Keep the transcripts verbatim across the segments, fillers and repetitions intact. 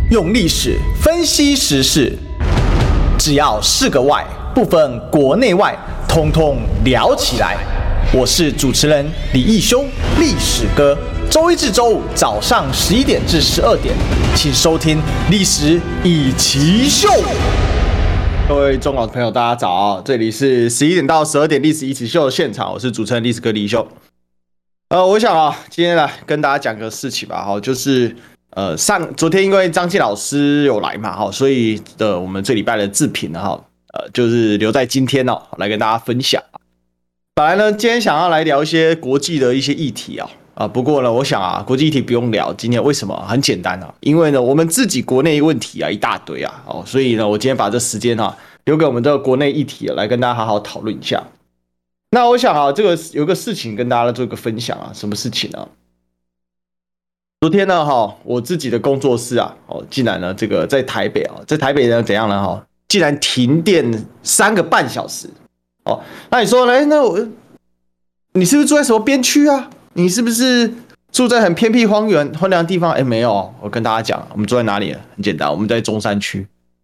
用历史分析时事，只要是个“外”，不分国内外，通通聊起来。我是主持人李义修，历史哥。周一至周五早上十一点至十二点，请收听《历史一起秀》。各位中老的朋友，大家早！这里是十一点到十二点《历史一起秀》的现场，我是主持人历史哥李义修。呃，我想啊，今天来跟大家讲个事情吧，哈，就是呃上昨天因为张晋老师有来嘛，哈，所以的我们这礼拜的自评呢，哈，呃，就是留在今天哦，来跟大家分享。本来呢，今天想要来聊一些国际的一些议题啊，啊，不过呢，我想啊，国际议题不用聊。今天为什么？很简单啊，因为呢，我们自己国内问题啊一大堆啊，哦，所以呢，我今天把这时间啊留给我们的国内议题、啊、来跟大家好好讨论一下。那我想啊，这个有个事情跟大家做一个分享啊，什么事情呢？昨天呢，哈，我自己的工作室啊，哦，竟然呢，这个在台北啊，在台北呢怎样呢？哈，竟然停电三个半小时。哦，那你说呢？那我，你是不是住在什么边区啊？你是不是住在很偏僻荒原荒凉的地方？哎，没有，我跟大家讲，我们住在哪里？很简单，我们在中山区。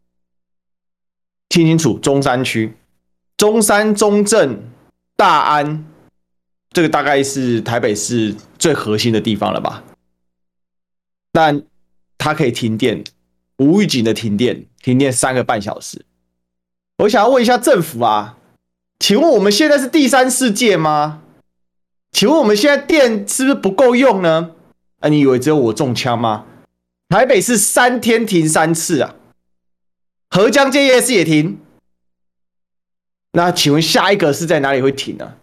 听清楚，中山区，中山、中正、大安，这个大概是台北市最核心的地方了吧？但它可以停电，无预警的停电，停电三个半小时。我想要问一下政府啊。请问我们现在是第三世界吗？请问我们现在电是不是不够用呢？啊，你以为只有我中枪吗？台北市三天停三次啊，河江街夜市也停。那请问下一个是在哪里会停呢？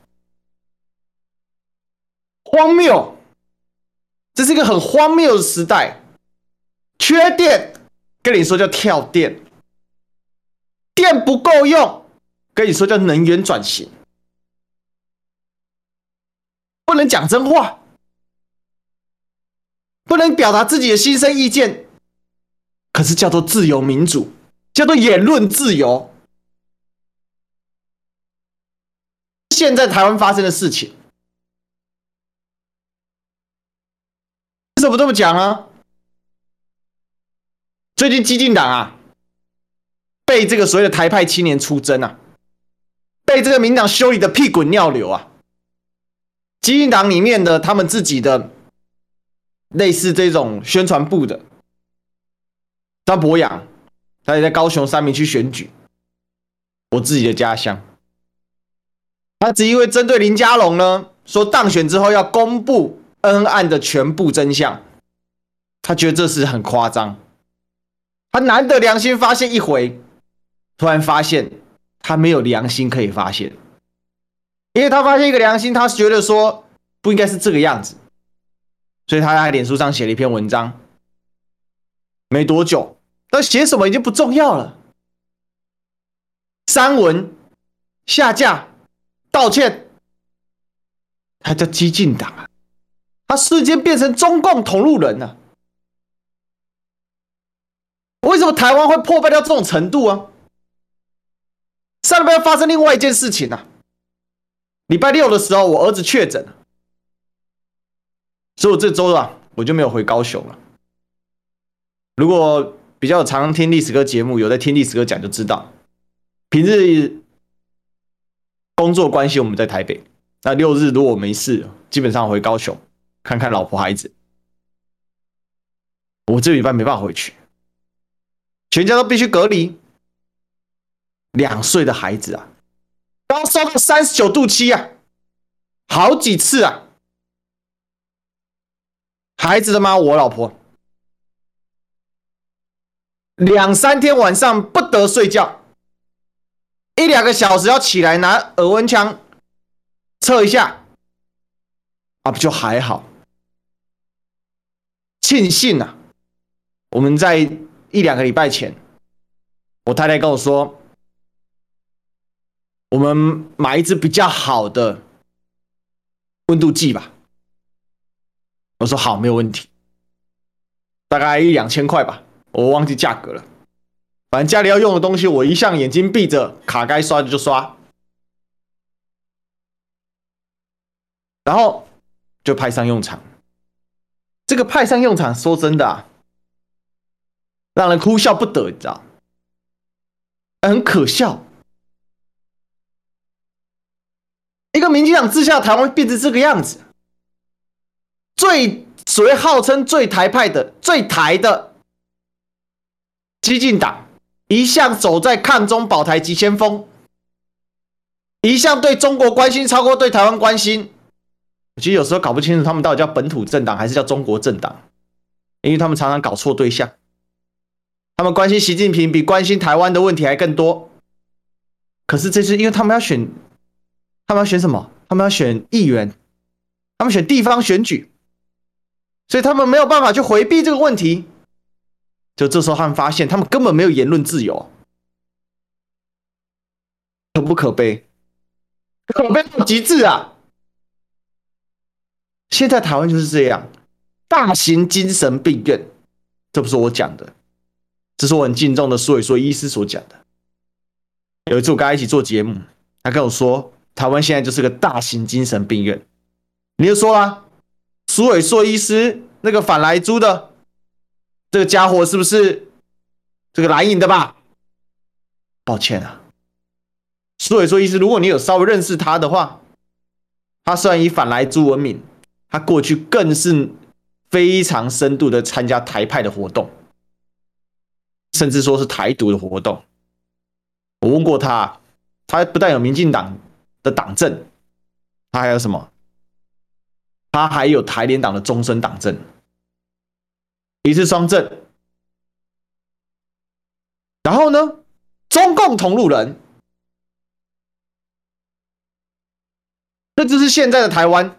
荒谬，这是一个很荒谬的时代。缺电，跟你说叫跳电，电不够用。跟你说叫能源转型，不能讲真话，不能表达自己的心声意见，可是叫做自由民主，叫做言论自由。现在台湾发生的事情，为什么这么讲呢？最近基进党啊，被这个所谓的台派青年出征啊。被这个民党修理的屁滚尿流啊！基进党里面的他们自己的类似这种宣传部的张博洋，他也在高雄三民区选举，我自己的家乡。他只因为针对林佳龙呢，说当选之后要公布恩恩案的全部真相，他觉得这是很夸张。他难得良心发现一回，突然发现。他没有良心可以发现，因为他发现一个良心，他觉得说不应该是这个样子，所以他在脸书上写了一篇文章，没多久，但写什么已经不重要了，删文、下架、道歉，他叫激进党啊，他瞬间变成中共同路人了。为什么台湾会破败到这种程度啊？上礼拜发生另外一件事情啊，礼拜六的时候，我儿子确诊了，所以我这周啊，我就没有回高雄了。如果比较常听历史哥节目，有在听历史哥讲就知道，平日工作关系我们在台北，那六日如果没事，基本上回高雄看看老婆孩子。我这个礼拜没办法回去，全家都必须隔离。两岁的孩子啊，高烧到三十九度七啊，好几次啊。孩子的妈，我老婆，两三天晚上不得睡觉，一两个小时要起来拿耳温枪测一下，啊，不就还好？庆幸啊，我们在一两个礼拜前，我太太跟我说。我们买一支比较好的温度计吧。我说好，没有问题，大概一两千块吧，我忘记价格了。反正家里要用的东西，我一向眼睛闭着，卡该刷的就刷，然后就派上用场。这个派上用场，说真的啊， 让人哭笑不得，你知道？很可笑。一个民进党之下，台湾变成这个样子，最所谓号称最台派的、最台的激进党，一向走在抗中保台急先锋，一向对中国关心超过对台湾关心。其实有时候搞不清楚他们到底叫本土政党还是叫中国政党，因为他们常常搞错对象。他们关心习近平比关心台湾的问题还更多。可是这次因为他们要选，他们要选什么？他们要选议员，他们选地方选举，所以他们没有办法去回避这个问题。就这时候他们发现，他们根本没有言论自由，可不可悲？可悲到极致啊！现在台湾就是这样，大型精神病院，这不是我讲的，这是我很敬重的苏伟硕医师所讲的。有一次我跟他一起做节目，他跟我说，台湾现在就是个大型精神病院。你就说啊，苏伟硕医师那个反莱猪的这个家伙是不是这个蓝营的吧？抱歉啊，苏伟硕医师，如果你有稍微认识他的话，他虽然以反莱猪闻名，他过去更是非常深度的参加台派的活动，甚至说是台独的活动。我问过他，他不但有民进党的党证，他还有什么？他还有台联党的终身党证，一次双证。然后呢，中共同路人，这就是现在的台湾。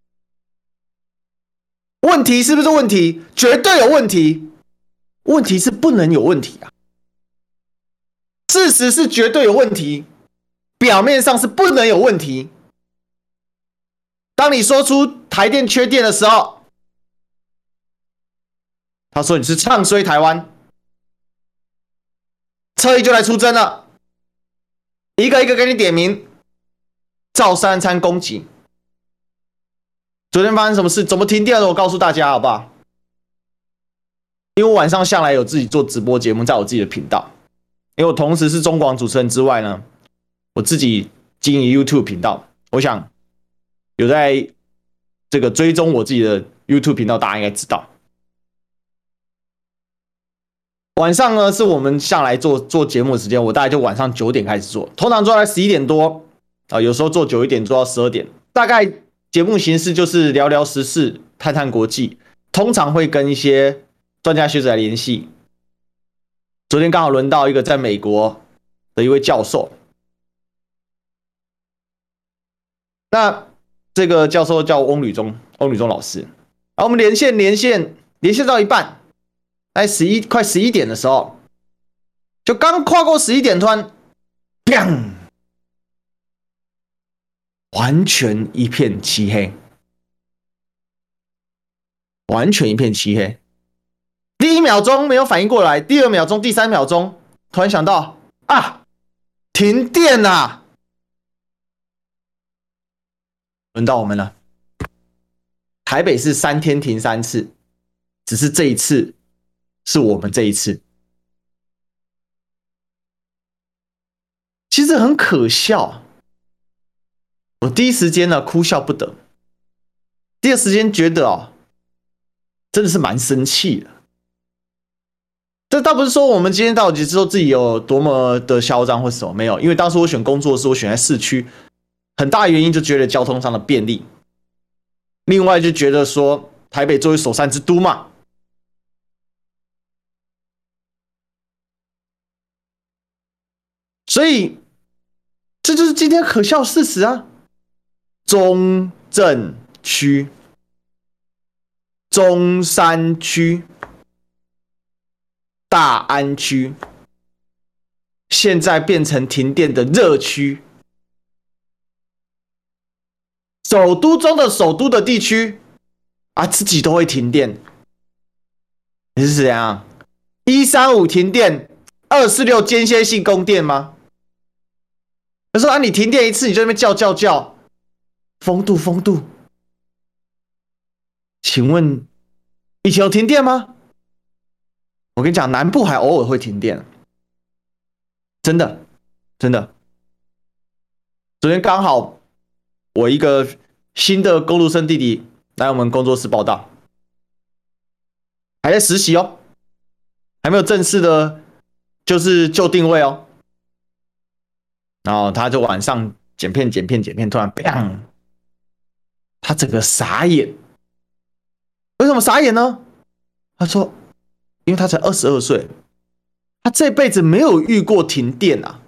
问题是不是问题？绝对有问题。问题是不能有问题啊。事实是绝对有问题，表面上是不能有问题。当你说出台电缺电的时候，他说你是唱衰台湾，侧翼就来出征了，一个一个给你点名，照三餐攻击。昨天发生什么事？怎么停电了？我告诉大家好不好？因为我晚上向来有自己做直播节目，在我自己的频道。因为我同时是中广主持人之外呢，我自己经营 YouTube 频道。我想有在这个追踪我自己的 YouTube 频道，大家应该知道。晚上呢是我们向来做做节目的时间，我大概就晚上九点开始做，通常做到十一点多啊，有时候做久一点，做到十二点，大概。节目形式就是聊聊时事，探探国际，通常会跟一些专家学者来联系。昨天刚好轮到一个在美国的一位教授，那这个教授叫翁履忠，翁履忠老师。然后我们连线连线连线到一半，在十一快十一点的时候，就刚跨过十一点，突然，砰！完全一片漆黑，完全一片漆黑。第一秒钟没有反应过来，第二秒钟、第三秒钟，突然想到啊，停电啊！轮到我们了。台北市三天停三次，只是这一次是我们这一次，其实很可笑。我第一时间呢哭笑不得，第二时间觉得哦，真的是蛮生气的。这倒不是说我们今天到底知道自己有多么的嚣张或什么，没有，因为当时我选工作的时候，我选在市区，很大的原因就觉得交通上的便利，另外就觉得说台北作为首善之都嘛，所以这就是今天可笑事实啊。中正区、中山区、大安区，现在变成停电的热区。首都中的首都的地区啊，自己都会停电。你是怎样？一三五停电，二四六间歇性供电吗？他说啊，你停电一次，你就在那边叫叫叫。风度风度，请问以前有停电吗？ 我跟你讲，南部还偶尔会停电，真的，真的。昨天刚好我一个新的公路生弟弟来我们工作室报道，还在实习哦，还没有正式的，就是就定位哦。然后他就晚上剪片剪片剪片，突然砰，他整个傻眼。为什么傻眼呢？他说，因为他才二十二岁，他这辈子没有遇过停电啊。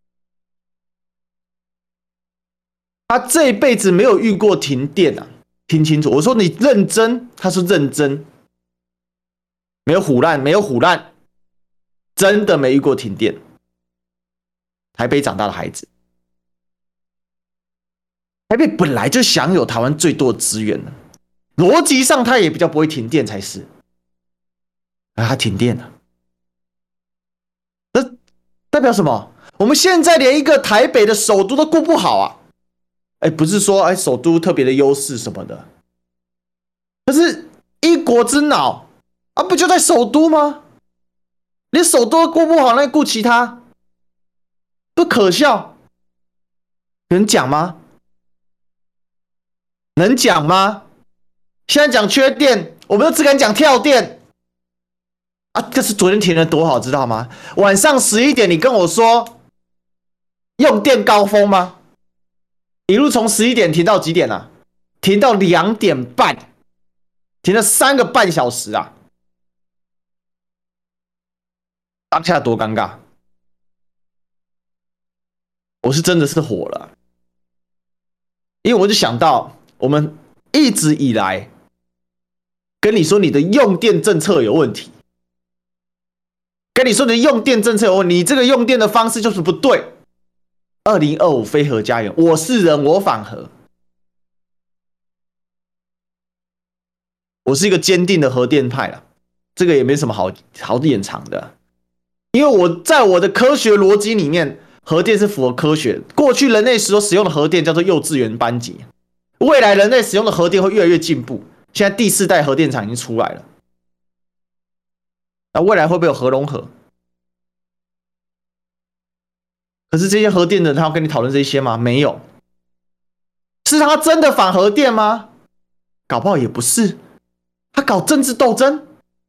他这辈子没有遇过停电啊！听清楚，我说你认真，他说认真，没有唬烂，没有唬烂，真的没遇过停电。台北长大的孩子，台北本来就享有台湾最多的资源了，逻辑上他也比较不会停电才是，而他停电了，这代表什么？我们现在连一个台北的首都都顾不好啊！哎，不是说哎首都特别的优势什么的，可是一国之脑啊，不就在首都吗？连首都都顾不好，那顾其他，不可笑？能讲吗？能讲吗？现在讲缺电，我们都只敢讲跳电啊！这是昨天停了多好，知道吗？晚上十一点，你跟我说用电高峰吗？一路从十一点停到几点啊？停到两点半，停了三个半小时啊！当下多尴尬，我是真的是火了，因为我就想到我们一直以来跟你说你的用电政策有问题，跟你说你的用电政策有问题，你这个用电的方式就是不对。二零二五非核家园，我是人，我反核。我是一个坚定的核电派了，这个也没什么好好掩藏的，因为我在我的科学逻辑里面，核电是符合科学。过去人类所使用的核电叫做幼稚园班级，未来人类使用的核电会越来越进步。现在第四代核电厂已经出来了，那未来会不会有核融合？可是这些核电的人，他要跟你讨论这些吗？没有。是他真的反核电吗？搞不好也不是，他搞政治斗争。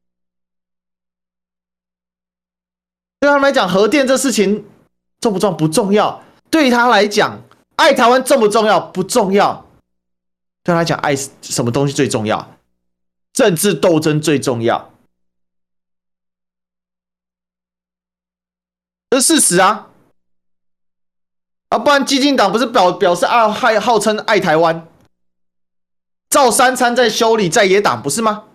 对他们来讲，核电这事情重不重不重要，对于他来讲，爱台湾重不重要不重要。对他来讲，爱什么东西最重要？政治斗争最重要，这是事实啊。啊，不然基进党不是表表示爱害号称爱台湾，赵三餐在修理在野党不是吗？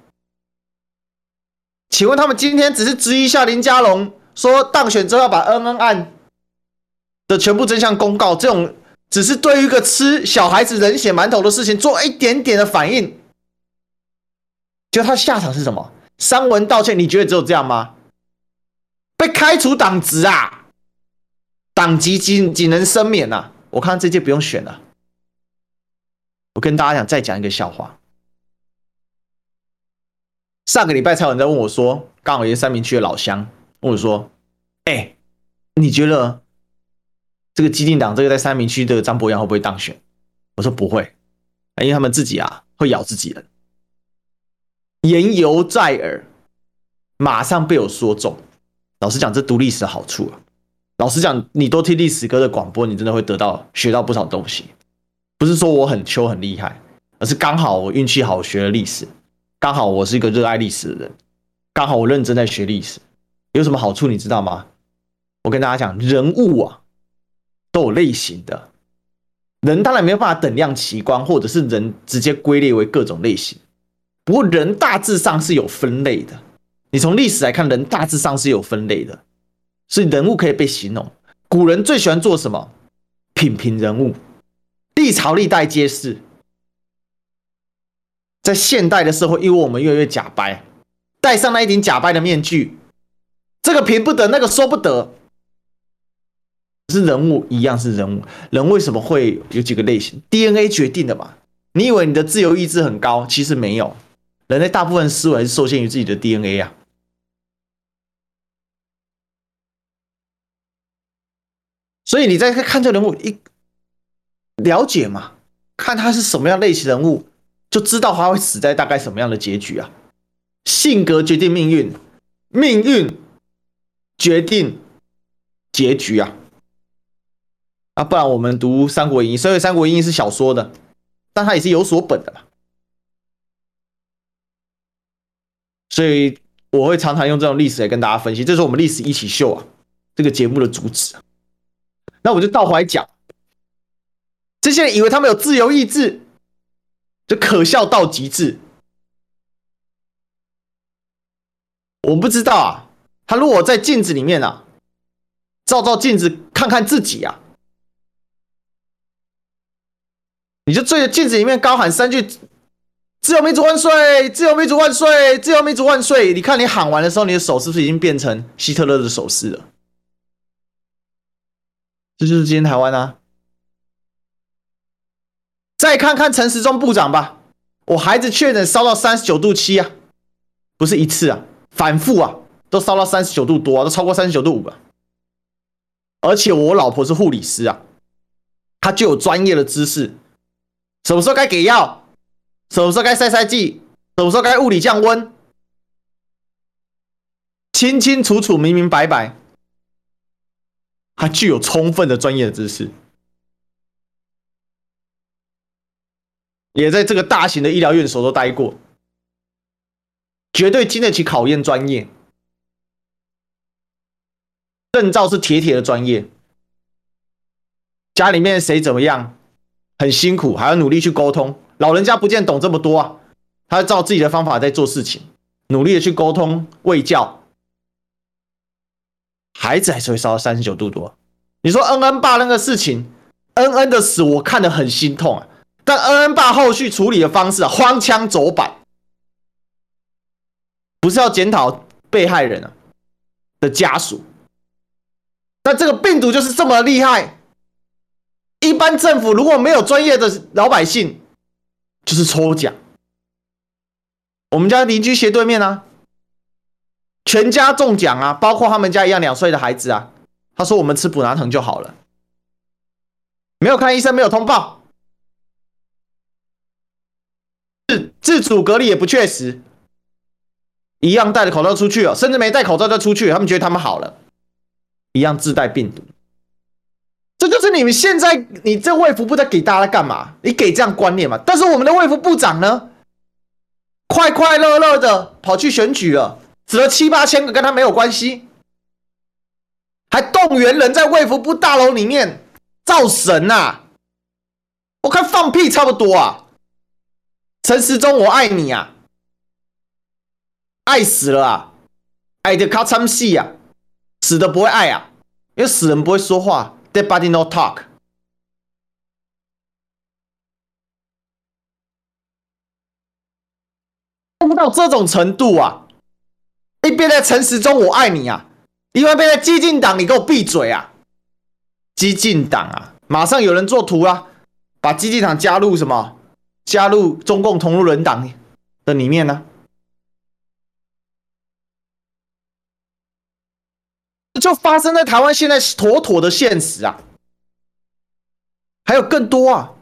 请问他们今天只是质疑一下林佳龙，说当选之后要把恩恩案的全部真相公告，这种只是对于一个吃小孩子人血馒头的事情做一点点的反应，结果他下场是什么？删文道歉，你觉得只有这样吗？被开除党职啊！党籍仅仅能申免啊！我看这届不用选了。我跟大家讲，再讲一个笑话。上个礼拜蔡文在问我说，刚好也是三民区的老乡问我说：“哎、欸，你觉得这个基进党这个在三民区的张博洋会不会当选？”我说不会，因为他们自己啊会咬自己人，言犹在耳，马上被我说中。老实讲，这读历史的好处啊。老实讲，你多听历史歌的广播，你真的会得到学到不少东西。不是说我很秋很厉害，而是刚好我运气好，我学了历史，刚好我是一个热爱历史的人，刚好我认真在学历史。有什么好处你知道吗？我跟大家讲，人物啊都有类型的，人当然没有办法等量齐观，或者是人直接归类为各种类型。不过人大致上是有分类的，你从历史来看，人大致上是有分类的。所以人物可以被形容，古人最喜欢做什么？品评人物，历朝历代皆是。在现代的社会，因为我们越来越假掰，戴上那一顶假掰的面具，这个评不得，那个说不得。可是人物一样是人物，人为什么会有几个类型 ？D N A 决定的嘛。你以为你的自由意志很高，其实没有。人类大部分思维是受限于自己的 D N A 啊。 所以你在看这个人物，一了解嘛，看他是什么样类型人物，就知道他会死在大概什么样的结局啊。性格决定命运，命运决定结局啊。啊，不然我们读《三国演义》，虽然《三国演义》是小说的，但它也是有所本的嘛。所以我会常常用这种历史来跟大家分析，这是我们历史一起秀啊这个节目的主旨。那我就倒回来讲，这些人以为他们有自由意志，就可笑到极致。我不知道啊，他如果在镜子里面啊，照照镜子看看自己啊，你就对着镜子里面高喊三句“自由民主万岁，自由民主万岁，自由民主万岁”。你看你喊完的时候，你的手是不是已经变成希特勒的手势了？这就是今天台湾啊。再看看陈时中部长吧，我孩子确诊烧到三十九度七啊，不是一次啊，反复啊，都烧到三十九度多啊，都超过三十九度五啊。而且我老婆是护理师啊，她就有专业的知识，什么时候该给药，什么时候该塞塞剂，什么时候该物理降温，清清楚楚、明明白白。他具有充分的专业的知识，也在这个大型的医疗院所都待过，绝对经得起考验专业。证照是铁铁的专业。家里面谁怎么样，很辛苦，还要努力去沟通。老人家不见懂这么多啊，他照自己的方法在做事情，努力的去沟通卫教。孩子还是会烧到三十九度多。你说恩恩爸那个事情，恩恩的死我看得很心痛啊，但恩恩爸后续处理的方式啊，荒腔走板，不是要检讨被害人啊的家属。但这个病毒就是这么厉害，一般政府如果没有专业的老百姓，就是抽奖。我们家邻居斜对面啊，全家中奖啊，包括他们家一样两岁的孩子啊。他说我们吃普拿疼就好了，没有看医生，没有通报，自自主隔离也不确实，一样戴着口罩出去哦，甚至没戴口罩就出去，他们觉得他们好了，一样自带病毒。这就是你们现在你这卫福部在给大家干嘛？你给这样观念嘛？但是我们的卫福部长呢，快快乐乐的跑去选举了，死了七八千个跟他没有关系。还动员人在卫福部大楼里面造神啊！我看放屁差不多啊！陈时中，我爱你啊，爱死了啊，爱的靠参戏啊，死的不会爱啊，因为死人不会说话 ，dead body no talk。不到这种程度啊！一边在陈时中，我爱你啊！另外一边在激进党，你给我闭嘴啊！激进党啊，马上有人做图啊，把激进党加入什么？加入中共同路人党的里面呢、啊？就发生在台湾现在妥妥的现实啊！还有更多啊！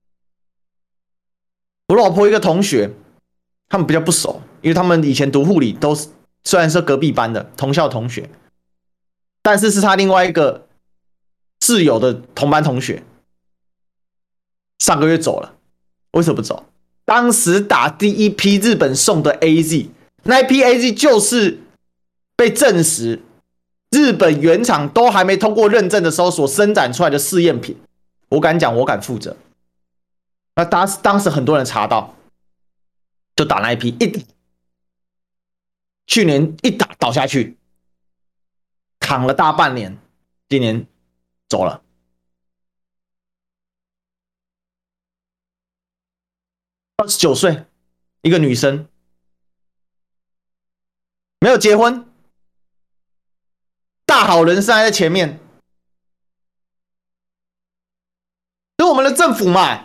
我老婆一个同学，他们比较不熟，因为他们以前读护理都是虽然是隔壁班的同校同学。但是是他另外一个室友的同班同学，上个月走了。为什么不走？当时打第一批日本送的 A Z， 那一批 A Z 就是被证实日本原厂都还没通过认证的时候所生产出来的试验品。我敢讲，我敢负责。那当当时很多人查到，就打那一批，一去年一打倒下去。躺了大半年，今年走了。二十九岁，一个女生，没有结婚，大好人生还在前面。是我们的政府嘛，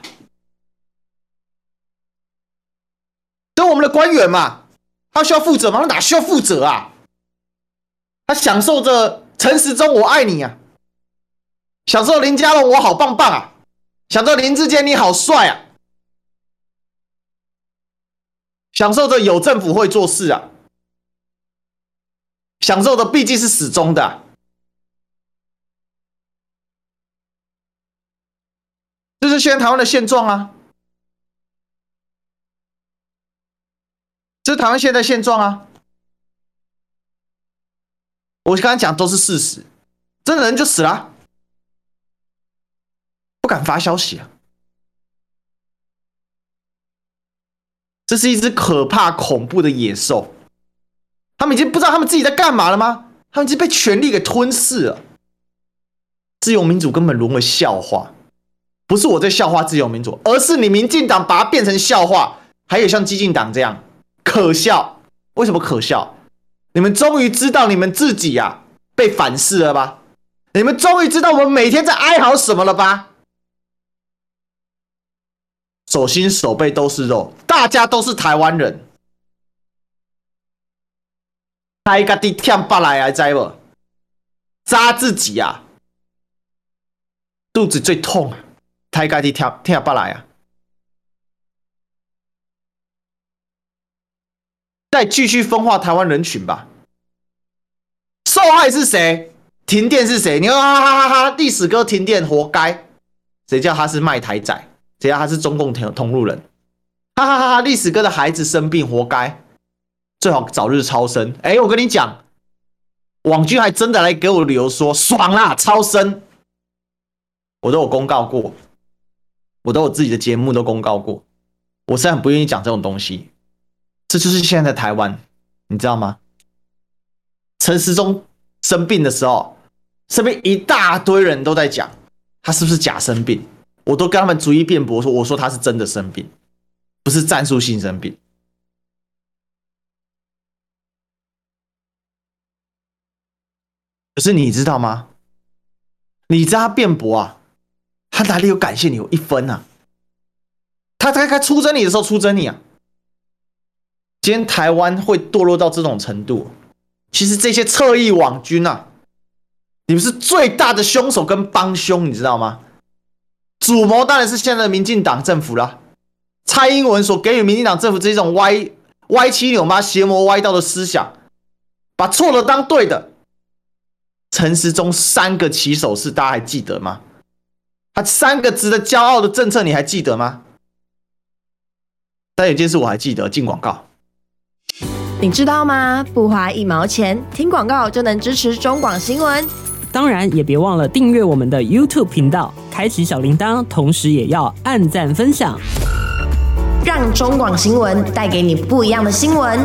是我们的官员嘛，他需要负责吗？他哪需要负责啊？他享受着陈时中我爱你啊， 享受林佳龙我好棒棒啊，享受林志坚你好帅啊，享受着有政府会做事啊，享受的毕竟是始终的、啊。这是现在台湾的现状啊，这是台湾现在的现状啊。我刚才讲都是事实，真的人就死了、啊，不敢发消息啊。这是一只可怕恐怖的野兽，他们已经不知道他们自己在干嘛了吗？他们已经被权力给吞噬了。自由民主根本沦为笑话，不是我在笑话自由民主，而是你民进党把它变成笑话，还有像激进党这样可笑。为什么可笑？你们终于知道你们自己啊被反噬了吧？你们终于知道我们每天在哀嚎什么了吧？手心手背都是肉，大家都是台湾人。台家己舔巴来啊，知不？扎自己啊，肚子最痛啊！台家己舔舔巴来啊！再继续分化台湾人群吧。受害是谁？停电是谁？你说哈哈哈哈，历史哥停电活该，谁叫他是卖台仔？谁叫他是中共同路人？哈哈哈哈！历史哥的孩子生病活该，最好早日超生。哎、欸，我跟你讲，网军还真的来给我理由说爽啦，超生，我都有公告过，我都有自己的节目都公告过，我是很不愿意讲这种东西。这就是现在的台湾，你知道吗？陈时中生病的时候，身边一大堆人都在讲他是不是假生病，我都跟他们逐一辩驳说，我说他是真的生病，不是战术性生病。可是你知道吗？你知道他辩驳啊，他哪里有感谢你有一分啊？他才该出征你的时候出征你啊！今天台湾会堕落到这种程度，其实这些侧翼网军啊，你们是最大的凶手跟帮凶，你知道吗？主谋当然是现在的民进党政府啦。蔡英文所给予民进党政府这种歪歪七扭八、邪魔歪道的思想，把错的当对的。陈时中三个起手式，大家还记得吗？他三个值得骄傲的政策，你还记得吗？但有件事我还记得，进广告。 你知道吗？不花一毛钱，听广告就能支持中广新闻。 当然，也别忘了订阅我们的 YouTube 频道，开启小铃铛，同时也要按赞分享， 让中广新闻带给你不一样的新闻。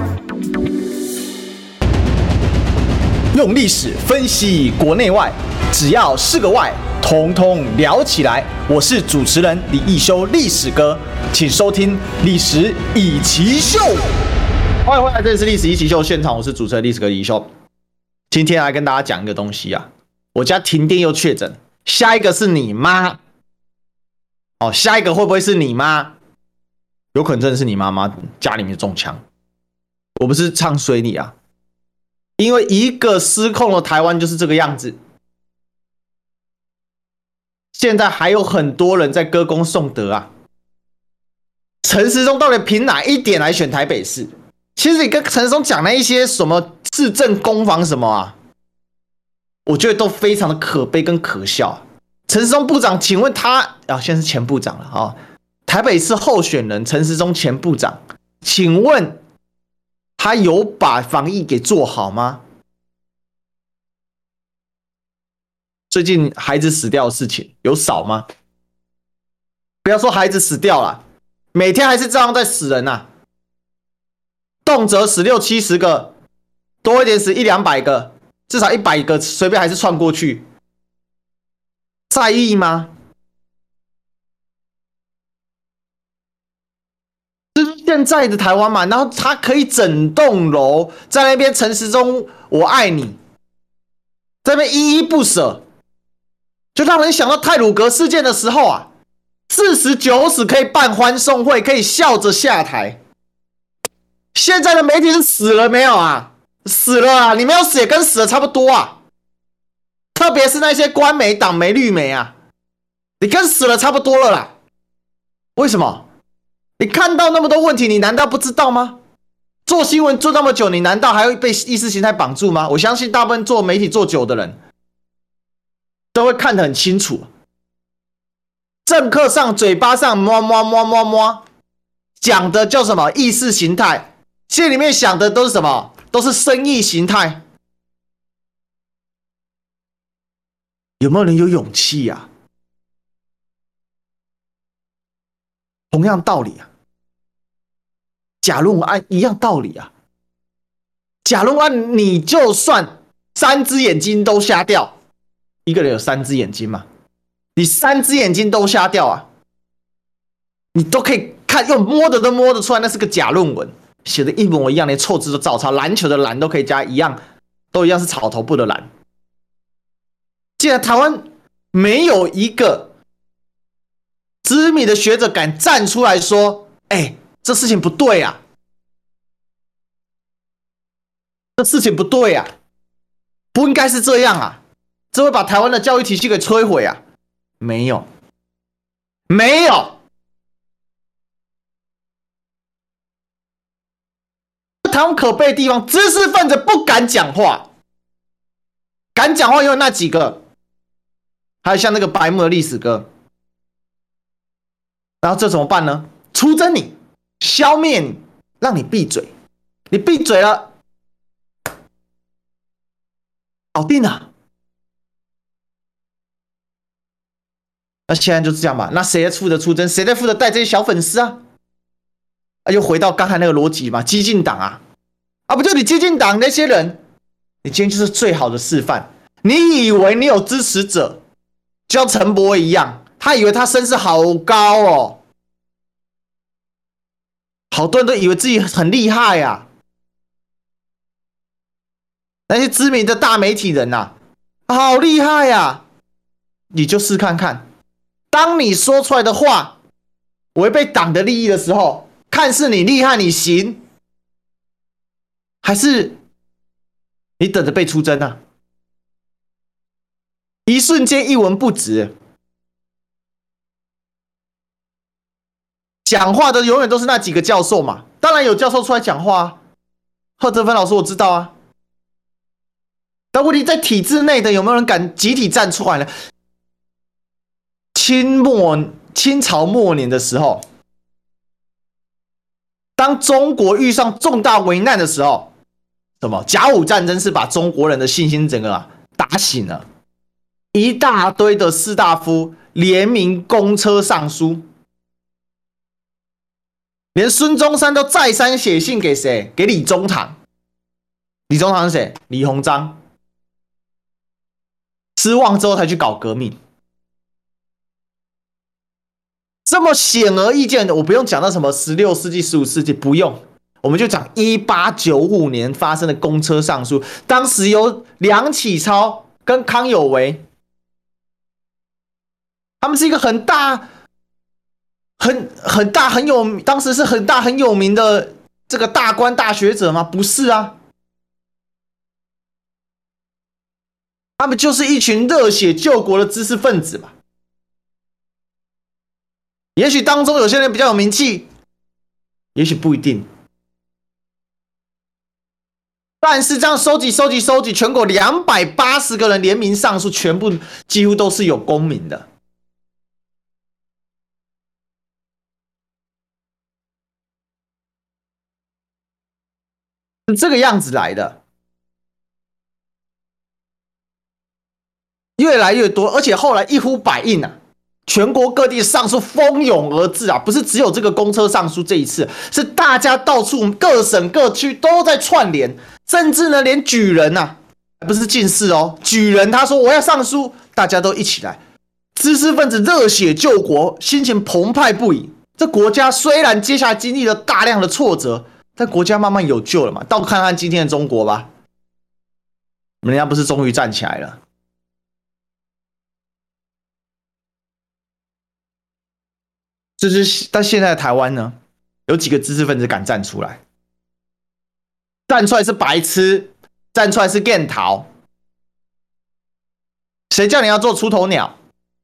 用历史分析国内外，只要是个“外”，统统聊起来。我是主持人李义修，历史哥，请收听《历史以奇秀》。欢迎回来，这里是《历史一奇秀》现场，我是主持人历史哥李修。今天来跟大家讲一个东西啊，我家停电又确诊，下一个是你妈。哦，下一个会不会是你妈？有可能真的是你妈妈家里面中枪。我不是唱衰你啊，因为一个失控的台湾就是这个样子。现在还有很多人在歌功颂德啊。陈时中到底凭哪一点来选台北市？其实你跟陈时中讲那一些什么市政攻防什么啊，我觉得都非常的可悲跟可笑。陈时中部长，请问他啊，现在是前部长了啊、哦，台北市候选人陈时中前部长，请问他有把防疫给做好吗？最近孩子死掉的事情有少吗？不要说孩子死掉了，每天还是照样在死人啊。动辄死六七十个，多一点死一两百个，至少一百个随便还是窜过去，在意吗？这是现在的台湾嘛？然后他可以整栋楼在那边陈时中我爱你，在那边依依不舍，就让人想到太鲁阁事件的时候啊，四十九死可以办欢送会，可以笑着下台。现在的媒体是死了没有啊？死了啊！你没有死也跟死了差不多啊！ 特别是那些官媒、党媒、绿媒啊，你跟死了差不多了啦。为什么？你看到那么多问题，你难道不知道吗？做新闻做那么久，你难道还会被意识形态绑住吗？我相信大部分做媒体做久的人都会看得很清楚。政客上嘴巴上摸摸摸摸摸，讲的叫什么意识形态，心里面想的都是什么？都是生意形态。有没有人有勇气啊？同样道理啊，假论文案一样道理啊。假论文案你就算三只眼睛都瞎掉，一个人有三只眼睛嘛？你三只眼睛都瞎掉啊，你都可以看，用摸的都摸得出来，那是个假论文，写的一模一样，连错字都照抄，篮球的篮都可以加一样，都一样是草头部的篮。既然台湾没有一个知名的学者敢站出来说，哎，这事情不对啊，这事情不对啊，不应该是这样啊，这会把台湾的教育体系给摧毁啊。没有，没有。台湾可悲的地方，知识分子不敢讲话，敢讲话有那几个，还有像那个白目的历史哥。然后这怎么办呢？出征你，消灭你，让你闭嘴，你闭嘴了，搞定了。那现在就这样吧，那谁在负责出征？谁在负责带这些小粉丝啊？啊，又回到刚才那个逻辑嘛，激进党啊，啊，不就你激进党那些人，你今天就是最好的示范。你以为你有支持者，就像陈柏一样，他以为他声势好高哦，好多人都以为自己很厉害啊。那些知名的大媒体人呐、啊，好厉害啊！你就试看看。当你说出来的话违背党的利益的时候，看是你厉害你行，还是你等着被出征啊？一瞬间一文不值，讲话的永远都是那几个教授嘛，当然有教授出来讲话啊，贺哲芬老师我知道啊，但问题在体制内的有没有人敢集体站出来呢？清末清朝末年的时候，当中国遇上重大危难的时候，什么甲午战争是把中国人的信心整个、啊、打醒了，一大堆的士大夫联名公车上书，连孙中山都再三写信给谁？给李中堂。李中堂是谁？李鸿章。失望之后才去搞革命。这么显而易见的，我不用讲到什么十六世纪、十五世纪，不用，我们就讲一八九五年发生的公车上书。当时有梁启超跟康有为，他们是一个很大、很很大、很有，当时是很大很有名的这个大官大学者吗？不是啊，他们就是一群热血救国的知识分子嘛。也许当中有些人比较有名气，也许不一定。但是这样收集、收集、收集，全国两百八十个人联名上诉，全部几乎都是有公民的。是这个样子来的，越来越多，而且后来一呼百应啊。全国各地上诉蜂拥而至啊！不是只有这个公车上诉这一次，是大家到处各省各区都在串联，甚至呢，连举人啊，不是进士哦，举人他说我要上书，大家都一起来，知识分子热血救国，心情澎湃不已。这国家虽然接下来经历了大量的挫折，但国家慢慢有救了嘛。到看看今天的中国吧，人家不是终于站起来了。就是但现在的台湾呢，有几个知识分子敢站出来？站出来是白痴，站出来是干逃。 谁叫你要做出头鸟？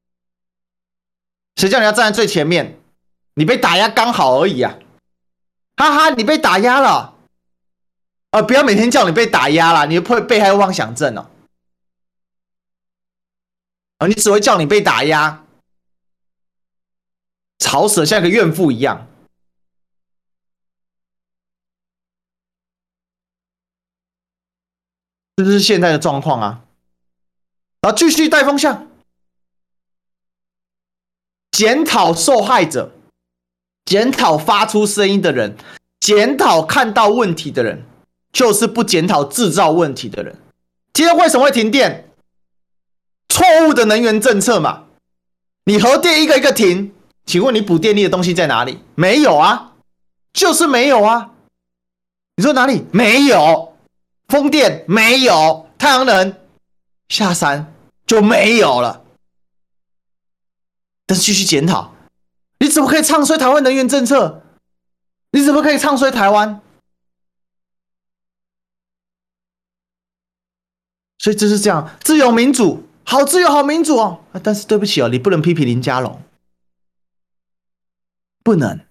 谁叫你要站在最前面？你被打压刚好而已啊！哈哈，你被打压了。啊，不要每天叫你被打压啦，你会被害妄想症哦。啊，你只会叫你被打压，吵死了，像个怨妇一样。这就是现在的状况啊！然后继续带风向，检讨受害者，检讨发出声音的人，检讨看到问题的人，就是不检讨制造问题的人。今天为什么会停电？错误的能源政策嘛。你核电一个一个停，请问你补电力的东西在哪里？没有啊，就是没有啊。你说哪里？没有。风电没有，太阳能下山就没有了。但是继续检讨，你怎么可以唱衰台湾能源政策？你怎么可以唱衰台湾？所以这是这样，自由民主，好自由好民主哦。啊、但是对不起哦，你不能批评林佳龙，不能，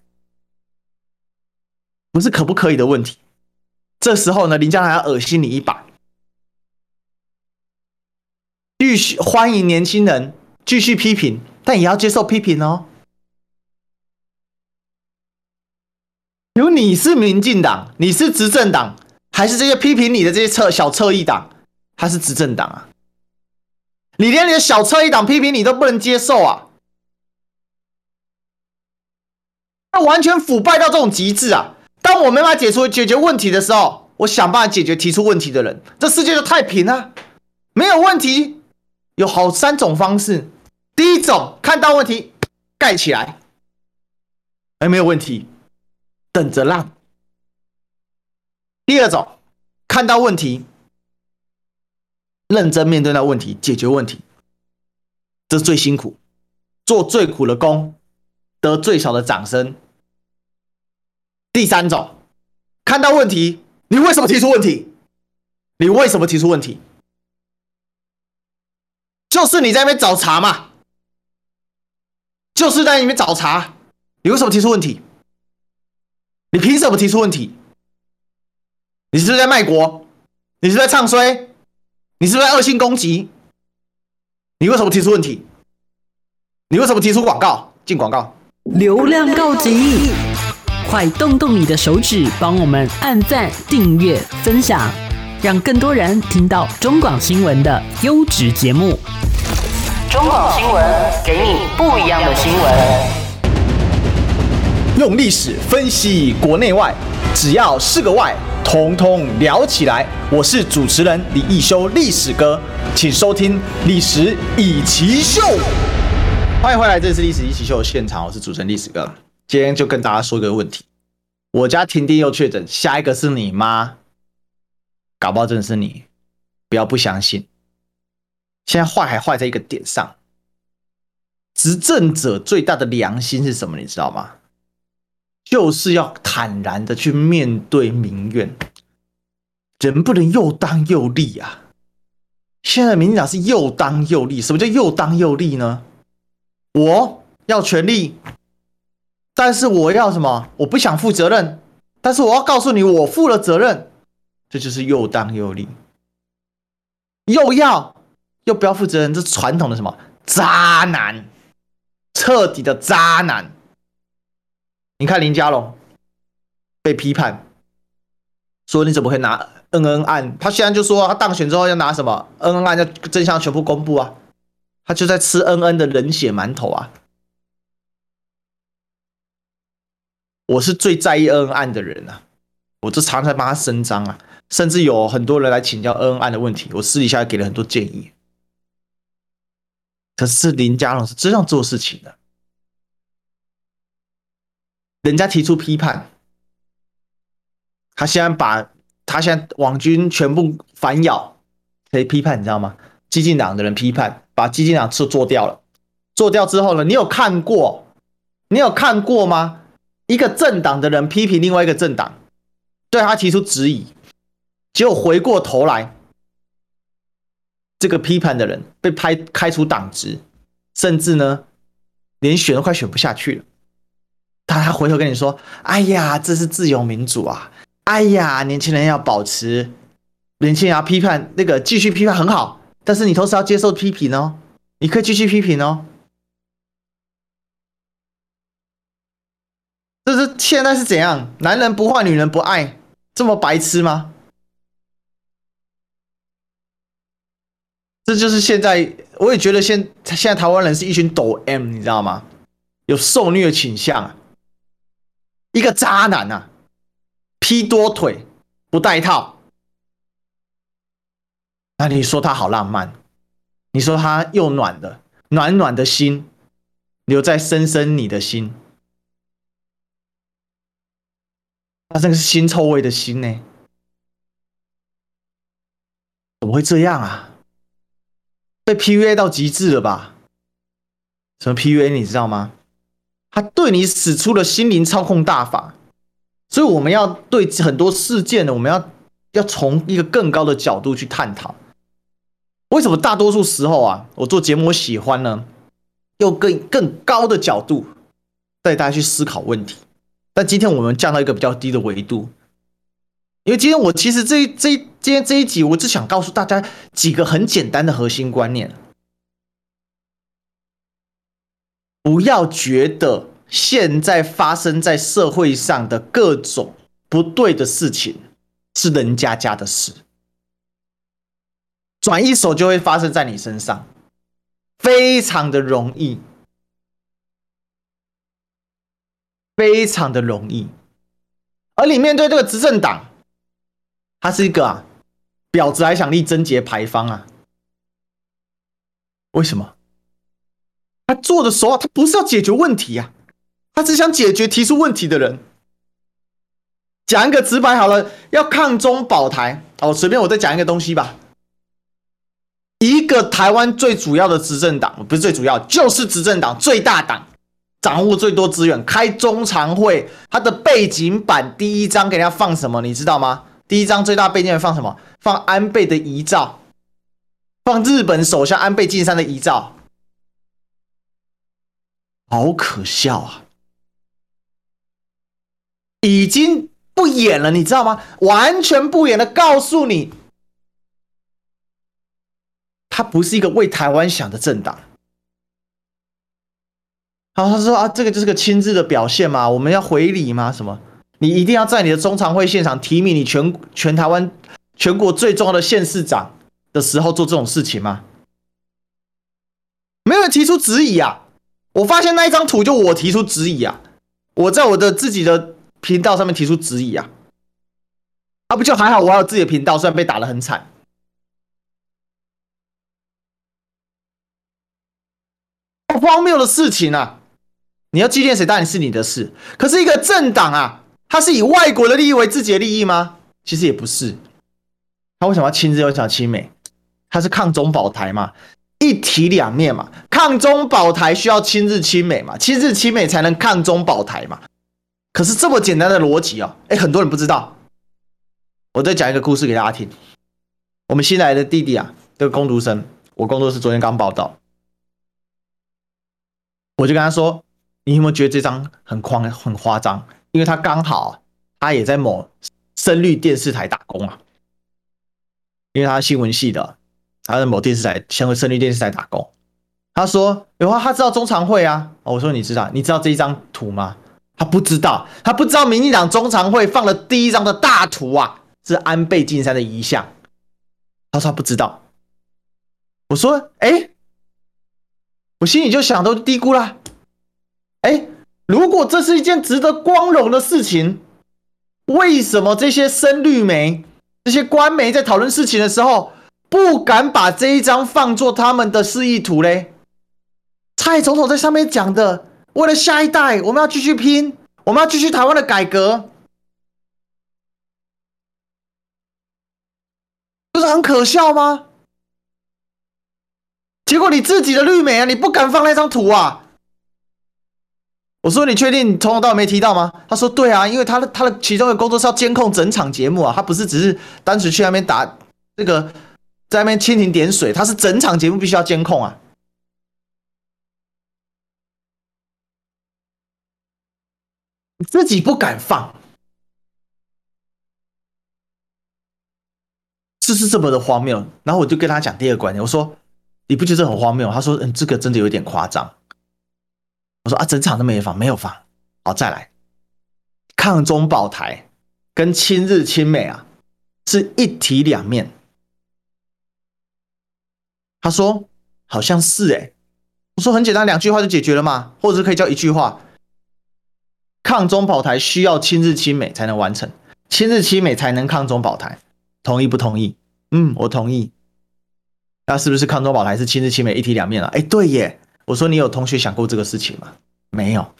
不是可不可以的问题。这时候呢，林佳龙还要恶心你一把。继续欢迎年轻人继续批评，但也要接受批评哦。比如你是民进党，你是执政党，还是这些批评你的这些侧小侧翼党，他是执政党啊？你连你的小侧翼党批评你都不能接受啊？那完全腐败到这种极致啊！当我没办法解除解决问题的时候，我想办法解决提出问题的人，这世界就太平了。没有问题，有好三种方式。第一种，看到问题盖起来，哎，没有问题，等着烂。第二种，看到问题，认真面对那问题，解决问题，这是最辛苦，做最苦的工，得最少的掌声。第三种，看到问题，你为什么提出问题？你为什么提出问题？就是你在那边找茬嘛，就是在那边找茬。你为什么提出问题？你凭什么提出问题？你是不是在卖国？你是不是在唱衰？你是不是在恶性攻击？你为什么提出问题？你为什么提出广告？进广告， 流量告急！快动动你的手指，帮我们按赞、订阅、分享，让更多人听到中广新闻的优质节目。 中广新闻给你不一样的新闻。 用历史分析国内外，只要是个“外”，统统聊起来。我是主持人李义修，历史哥，请收听《历史一起秀》。欢迎回来，这是《历史一起秀》的现场，我是主持人历史哥。今天就跟大家说一个问题：我家停电又确诊，下一个是你妈，搞不好真的是你，不要不相信。现在坏还坏在一个点上，执政者最大的良心是什么？你知道吗？就是要坦然的去面对民怨，人不能又当又立啊！现在的民进党是又当又立，什么叫又当又立呢？我要权力，但是我要什么？我不想负责任，但是我要告诉你，我负了责任，这就是又当又立。又要又不要负责任，这是传统的什么渣男，彻底的渣男。你看林佳龙被批判，说你怎么可以拿恩恩案？他现在就说他当选之后要拿什么恩恩案，要真相全部公布啊！他就在吃恩恩的人血馒头啊！我是最在意恩恩案的人啊，我就常常帮他伸张啊，甚至有很多人来请教恩恩案的问题，我私底下给了很多建议。可是林佳龙是这样做事情的。人家提出批判，他现在把他现在网军全部反咬，谁批判你知道吗？基进党的人批判，把基进党做做掉了。做掉之后呢，你有看过？你有看过吗？一个政党的人批评另外一个政党，对他提出质疑，结果回过头来， 这个批判的人被拍开除党职，甚至呢连选都快选不下去了。他他回头跟你说：“哎呀，这是自由民主啊！哎呀，年轻人要保持，年轻人要批判那个继续批判很好，但是你同时要接受批评哦，你可以继续批评哦。”这是现在是怎样？男人不坏，女人不爱，这么白痴吗？这就是现在，我也觉得现现在台湾人是一群抖 M， 你知道吗？有受虐倾向啊，一个渣男啊，劈多腿不带套。那你说他好浪漫，你说他又暖的暖暖的心，留在深深你的心。他这个是腥臭味的心呢？怎么会这样啊？被 P U A 到极致了吧？什么 P U A 你知道吗？他对你使出了心灵操控大法，所以我们要对很多事件呢，我们要要从一个更高的角度去探讨。为什么大多数时候啊，我做节目我喜欢呢，用更更高的角度带大家去思考问题。但今天我们降到一个比较低的维度，因为今天我其实这这今天这一集，我只想告诉大家几个很简单的核心观念。不要觉得现在发生在社会上的各种不对的事情是人家家的事，转一手就会发生在你身上，非常的容易。非常的容易，而你面对这个执政党，他是一个啊，婊子还想立贞节牌坊啊？为什么？他做的时候，他不是要解决问题啊，他只想解决提出问题的人。讲一个直白好了，要抗中保台哦，随便我再讲一个东西吧。一个台湾最主要的执政党，不是最主要，就是执政党最大党。掌握最多资源，开中常会，它的背景板第一张给人家放什么？你知道吗？第一张最大背景板放什么？放安倍的遗照，放日本首相安倍晋三的遗照，好可笑啊！已经不演了，你知道吗？完全不演的，告诉你，它不是一个为台湾想的政党。然后他说啊，这个就是个亲自的表现嘛，我们要回礼吗？什么？你一定要在你的中常会现场提名你全全台湾全国最重要的县市长的时候做这种事情吗？没有人提出质疑啊！我发现那一张图就我提出质疑啊，我在我的自己的频道上面提出质疑啊，啊不就还好，我还有自己的频道，虽然被打得很惨。荒谬的事情啊！你要纪念谁当然是你的事，可是一个政党啊，它是以外国的利益为自己的利益吗？其实也不是。他为什么要亲日又想亲美？他是抗中保台嘛，一体两面嘛。抗中保台需要亲日亲美嘛，亲日亲美才能抗中保台嘛。可是这么简单的逻辑哦，哎，很多人不知道。我再讲一个故事给大家听。我们新来的弟弟啊，这个工读生，我工作室昨天刚报道，我就跟他说。你有没有觉得这张很夸很夸张？因为他刚好他也在某深绿电视台打工啊，因为他是新闻系的，他在某电视台，像深绿电视台打工。他说有啊，他知道中常会啊。哦、我说你知道？你知道这一张图吗？他不知道，他不知道民进党中常会放了第一张的大图啊，是安倍晋三的遗像。他说他不知道。我说哎，我心里就想都低估啦。哎，如果这是一件值得光荣的事情，为什么这些深绿媒、这些官媒在讨论事情的时候，不敢把这一张放作他们的示意图嘞？蔡总统在上面讲的，为了下一代，我们要继续拼，我们要继续台湾的改革，不是很可笑吗？结果你自己的绿媒啊，你不敢放那张图啊！我说你确定你从头到尾没提到吗？他说对啊，因为他的他的其中的工作是要监控整场节目啊，他不是只是单纯去那边打这个在那边蜻蜓点水，他是整场节目必须要监控啊。你自己不敢放，就是这么的荒谬。然后我就跟他讲第二个观点，我说你不觉得很荒谬？他说嗯，这个真的有点夸张。我说啊，整场都没放，没有放。好，再来，抗中保台跟亲日亲美啊，是一体两面。他说好像是哎、欸，我说很简单，两句话就解决了嘛，或者是可以叫一句话。抗中保台需要亲日亲美才能完成，亲日亲美才能抗中保台，同意不同意？嗯，我同意。那是不是抗中保台是亲日亲美一体两面啊？哎，对耶。我说你有同学想过这个事情吗？没有。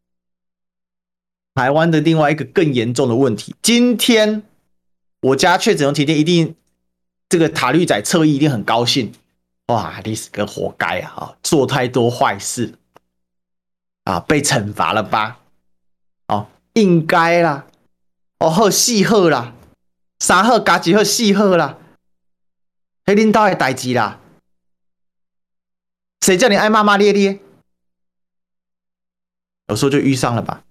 台湾的另外一个更严重的问题，今天我家确诊用停电，一定这个塔绿仔侧翼一定很高兴。哇，历史哥活该啊！做太多坏事啊，被惩罚了吧？哦，应该啦。哦，好戏好啦，三好加一好四好啦，迄恁兜的代志啦。谁叫你爱骂骂咧咧？有时候就遇上了吧。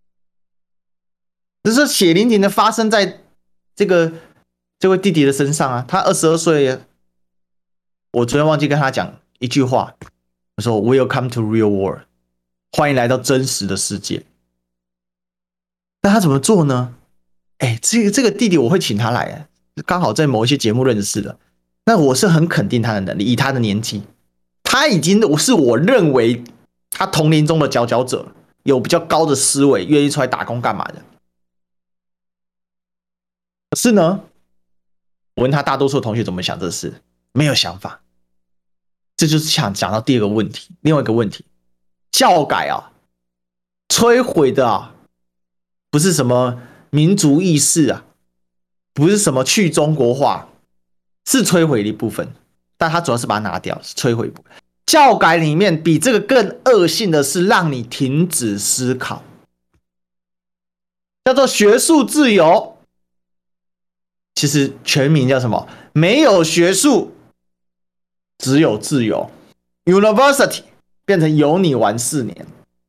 这是血淋淋的发生在这个这位弟弟的身上啊！他二十二岁，我昨天忘记跟他讲一句话，我说 "Welcome to real world"， 欢迎来到真实的世界。那他怎么做呢？哎，这个这个弟弟我会请他来，刚好在某一些节目认识的。那我是很肯定他的能力，以他的年纪，他已经我是我认为他同龄中的佼佼者，有比较高的思维，愿意出来打工干嘛的。可是呢，我问他大多数同学怎么想这事，没有想法。这就是想讲到第二个问题，另外一个问题，教改啊，摧毁的啊，不是什么民族意识啊，不是什么去中国化，是摧毁的一部分，但他主要是把它拿掉，是摧毁一部分。教改里面比这个更恶性的是让你停止思考，叫做学术自由。其实全名叫什么？没有学术，只有自由。University 变成有你玩四年，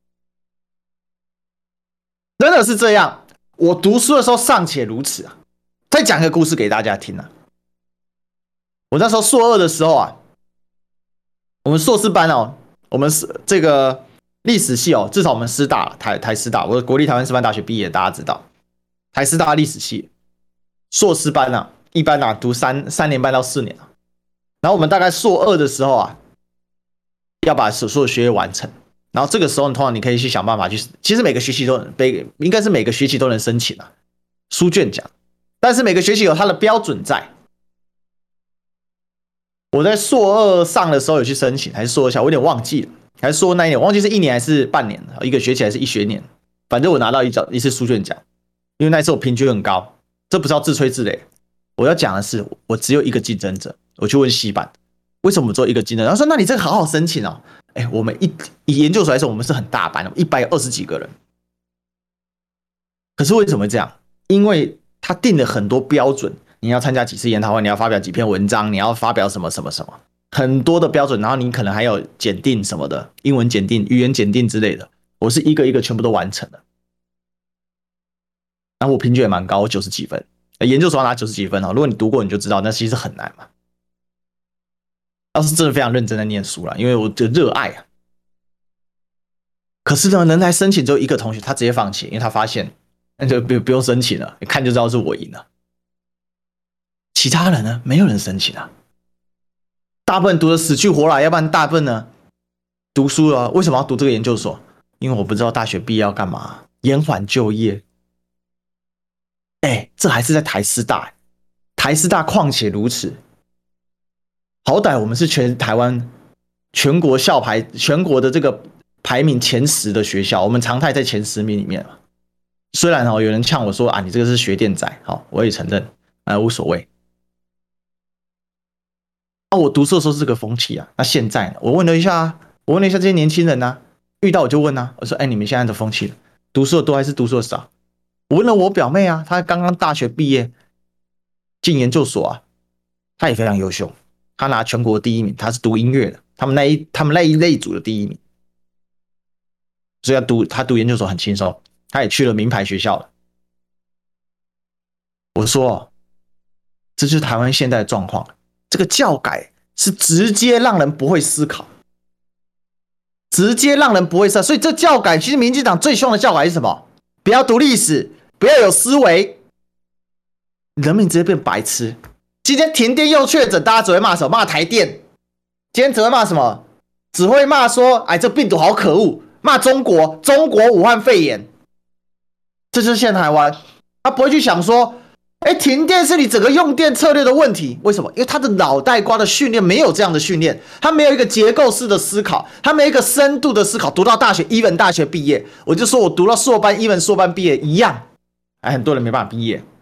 真的是这样。我读书的时候尚且如此啊。再讲一个故事给大家听啊。我那时候硕二的时候啊，我们硕士班哦，我们是这个历史系哦，至少我们师大台台师大，我国立台湾师范大学毕业，大家知道，台师大历史系。硕士班啊，一般啊读三三年半到四年啊，然后我们大概硕二的时候啊，要把所有的学业完成，然后这个时候通常你可以去想办法去，其实每个学期都每应该是每个学期都能申请啊书卷奖，但是每个学期有它的标准在。我在硕二上的时候有去申请，还是硕二下，我有点忘记了，还是硕二那一年，我忘记是一年还是半年，一个学期还是一学年，反正我拿到一一次书卷奖，因为那次我平均很高。这不是要自吹自擂，我要讲的是，我只有一个竞争者。我去问系办，为什么我只有一个竞争者？他说：“那你这个好好申请哦。”哎，我们一以研究所来说，我们是很大班，一班有二十几个人。可是为什么这样？因为他定了很多标准，你要参加几次研讨会，你要发表几篇文章，你要发表什么什么什么，很多的标准。然后你可能还有检定什么的，英文检定、语言检定之类的。我是一个一个全部都完成了。然后我平均也蛮高，我九十几分，研究所要拿九十几分哦。如果你读过，你就知道那其实很难嘛。要是真的非常认真在念书啦，因为我的热爱啊。可是呢，能来申请只有一个同学，他直接放弃，因为他发现那就不不用申请了，一看就知道是我赢了。其他人呢，没有人申请啊，大部分读得死去活来，要不然大部分呢读书了。为什么要读这个研究所？因为我不知道大学毕业要干嘛，延缓就业。哎，这还是在台师大，台师大况且如此。好歹我们是全台湾全国校排全国的这个排名前十的学校，我们常态在前十名里面嘛。虽然哦有人呛我说啊，你这个是学电仔，好，我也承认，啊无所谓。啊，我读书的时候是这个风气啊，那现在呢？我问了一下，我问了一下这些年轻人啊，遇到我就问啊，我说，哎，你们现在的风气，读书的多还是读书的少？我问了我表妹啊，她刚刚大学毕业进研究所啊， 他也非常优秀，他拿全国第一名，他是读音乐的，他们那一他们那一类组的第一名，所以他读他读研究所很轻松，他也去了名牌学校了。我说，这就是台湾现在的状况，这个教改是直接让人不会思考，直接让人不会思考。所以这教改，其实民进党最凶的教改是什么？不要读历史，不要有思维，人民直接变白痴。今天停电又确诊，大家只会骂什么？骂台电。今天只会骂什么？只会骂说，哎，这病毒好可恶，骂中国，中国武汉肺炎。这就是现在台湾，他不会去想说，哎，停电是你整个用电策略的问题。为什么？因为他的脑袋瓜的训练没有这样的训练，他没有一个结构式的思考，他没有一个深度的思考。读到大学，even大学毕业，我就说我读到硕班，even硕班毕业一样，哎，很多人没办法毕业。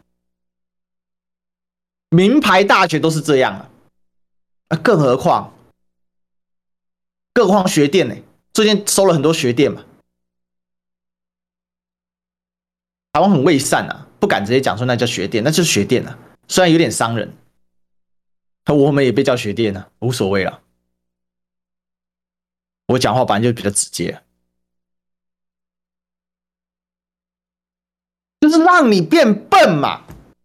名牌大学都是这样啊，更何况，更何况学电呢？最近收了很多学电嘛。台湾很伪善啊，不敢直接讲说那叫学电，那就是学电啊。虽然有点伤人，我们也被叫学电啊，无所谓了。我讲话本来就比较直接，就是让你变笨嘛。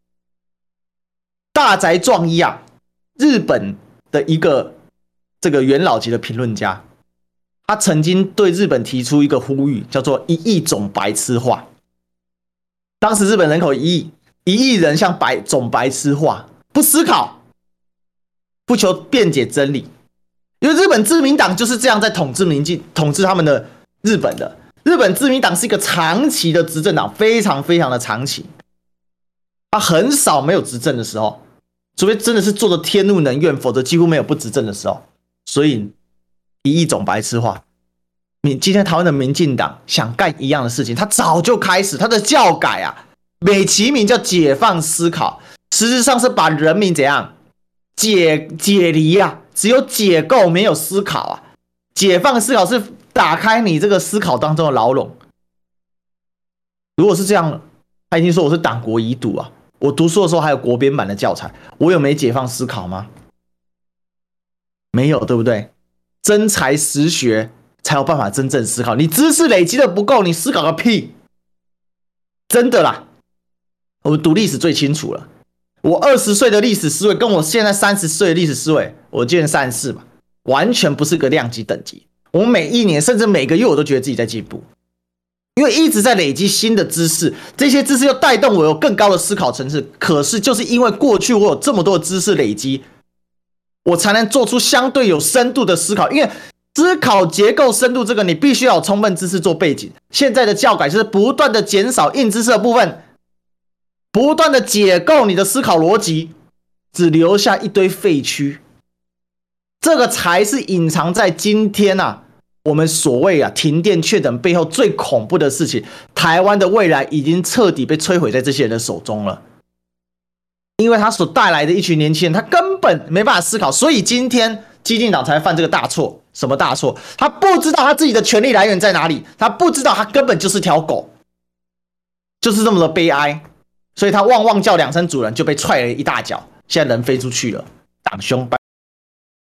大宅壮一啊，日本的一个这个元老级的评论家，他曾经对日本提出一个呼吁，叫做一亿种白痴化。当时日本人口一亿，一亿人像白种白痴化，不思考，不求辩解真理。因为日本自民党就是这样在统治民进统治他们的日本的。日本自民党是一个长期的执政党，非常非常的长期，他很少没有执政的时候。除非真的是做的天怒人怨，否则几乎没有不执政的时候。所以一亿种白痴化，今天台湾的民进党想干一样的事情，他早就开始他的教改啊，美其名叫解放思考，实质上是把人民怎样解解离啊，只有解构没有思考啊。解放思考是打开你这个思考当中的牢笼。如果是这样，他已经说我是党国遗毒啊。我读书的时候还有国编版的教材，我有没解放思考吗？没有，对不对？真才实学才有办法真正思考。你知识累积的不够，你思考个屁！真的啦，我们读历史最清楚了。我二十岁的历史思维跟我现在三十岁的历史思维，我今年三十四嘛，完全不是个量级等级。我每一年甚至每个月我都觉得自己在进步。因为一直在累积新的知识，这些知识又带动我有更高的思考层次。可是就是因为过去我有这么多的知识累积，我才能做出相对有深度的思考。因为思考结构深度这个，你必须要有充分知识做背景。现在的教改就是不断的减少硬知识的部分，不断的解构你的思考逻辑，只留下一堆废墟。这个才是隐藏在今天啊。我们所谓啊停电确诊背后最恐怖的事情，台湾的未来已经彻底被摧毁在这些人的手中了。因为他所带来的一群年轻人，他根本没办法思考，所以今天基进党才犯这个大错。什么大错？他不知道他自己的权利来源在哪里，他不知道他根本就是条狗，就是这么的悲哀。所以他汪汪叫两声主人就被踹了一大脚，现在人飞出去了。党兄，拜。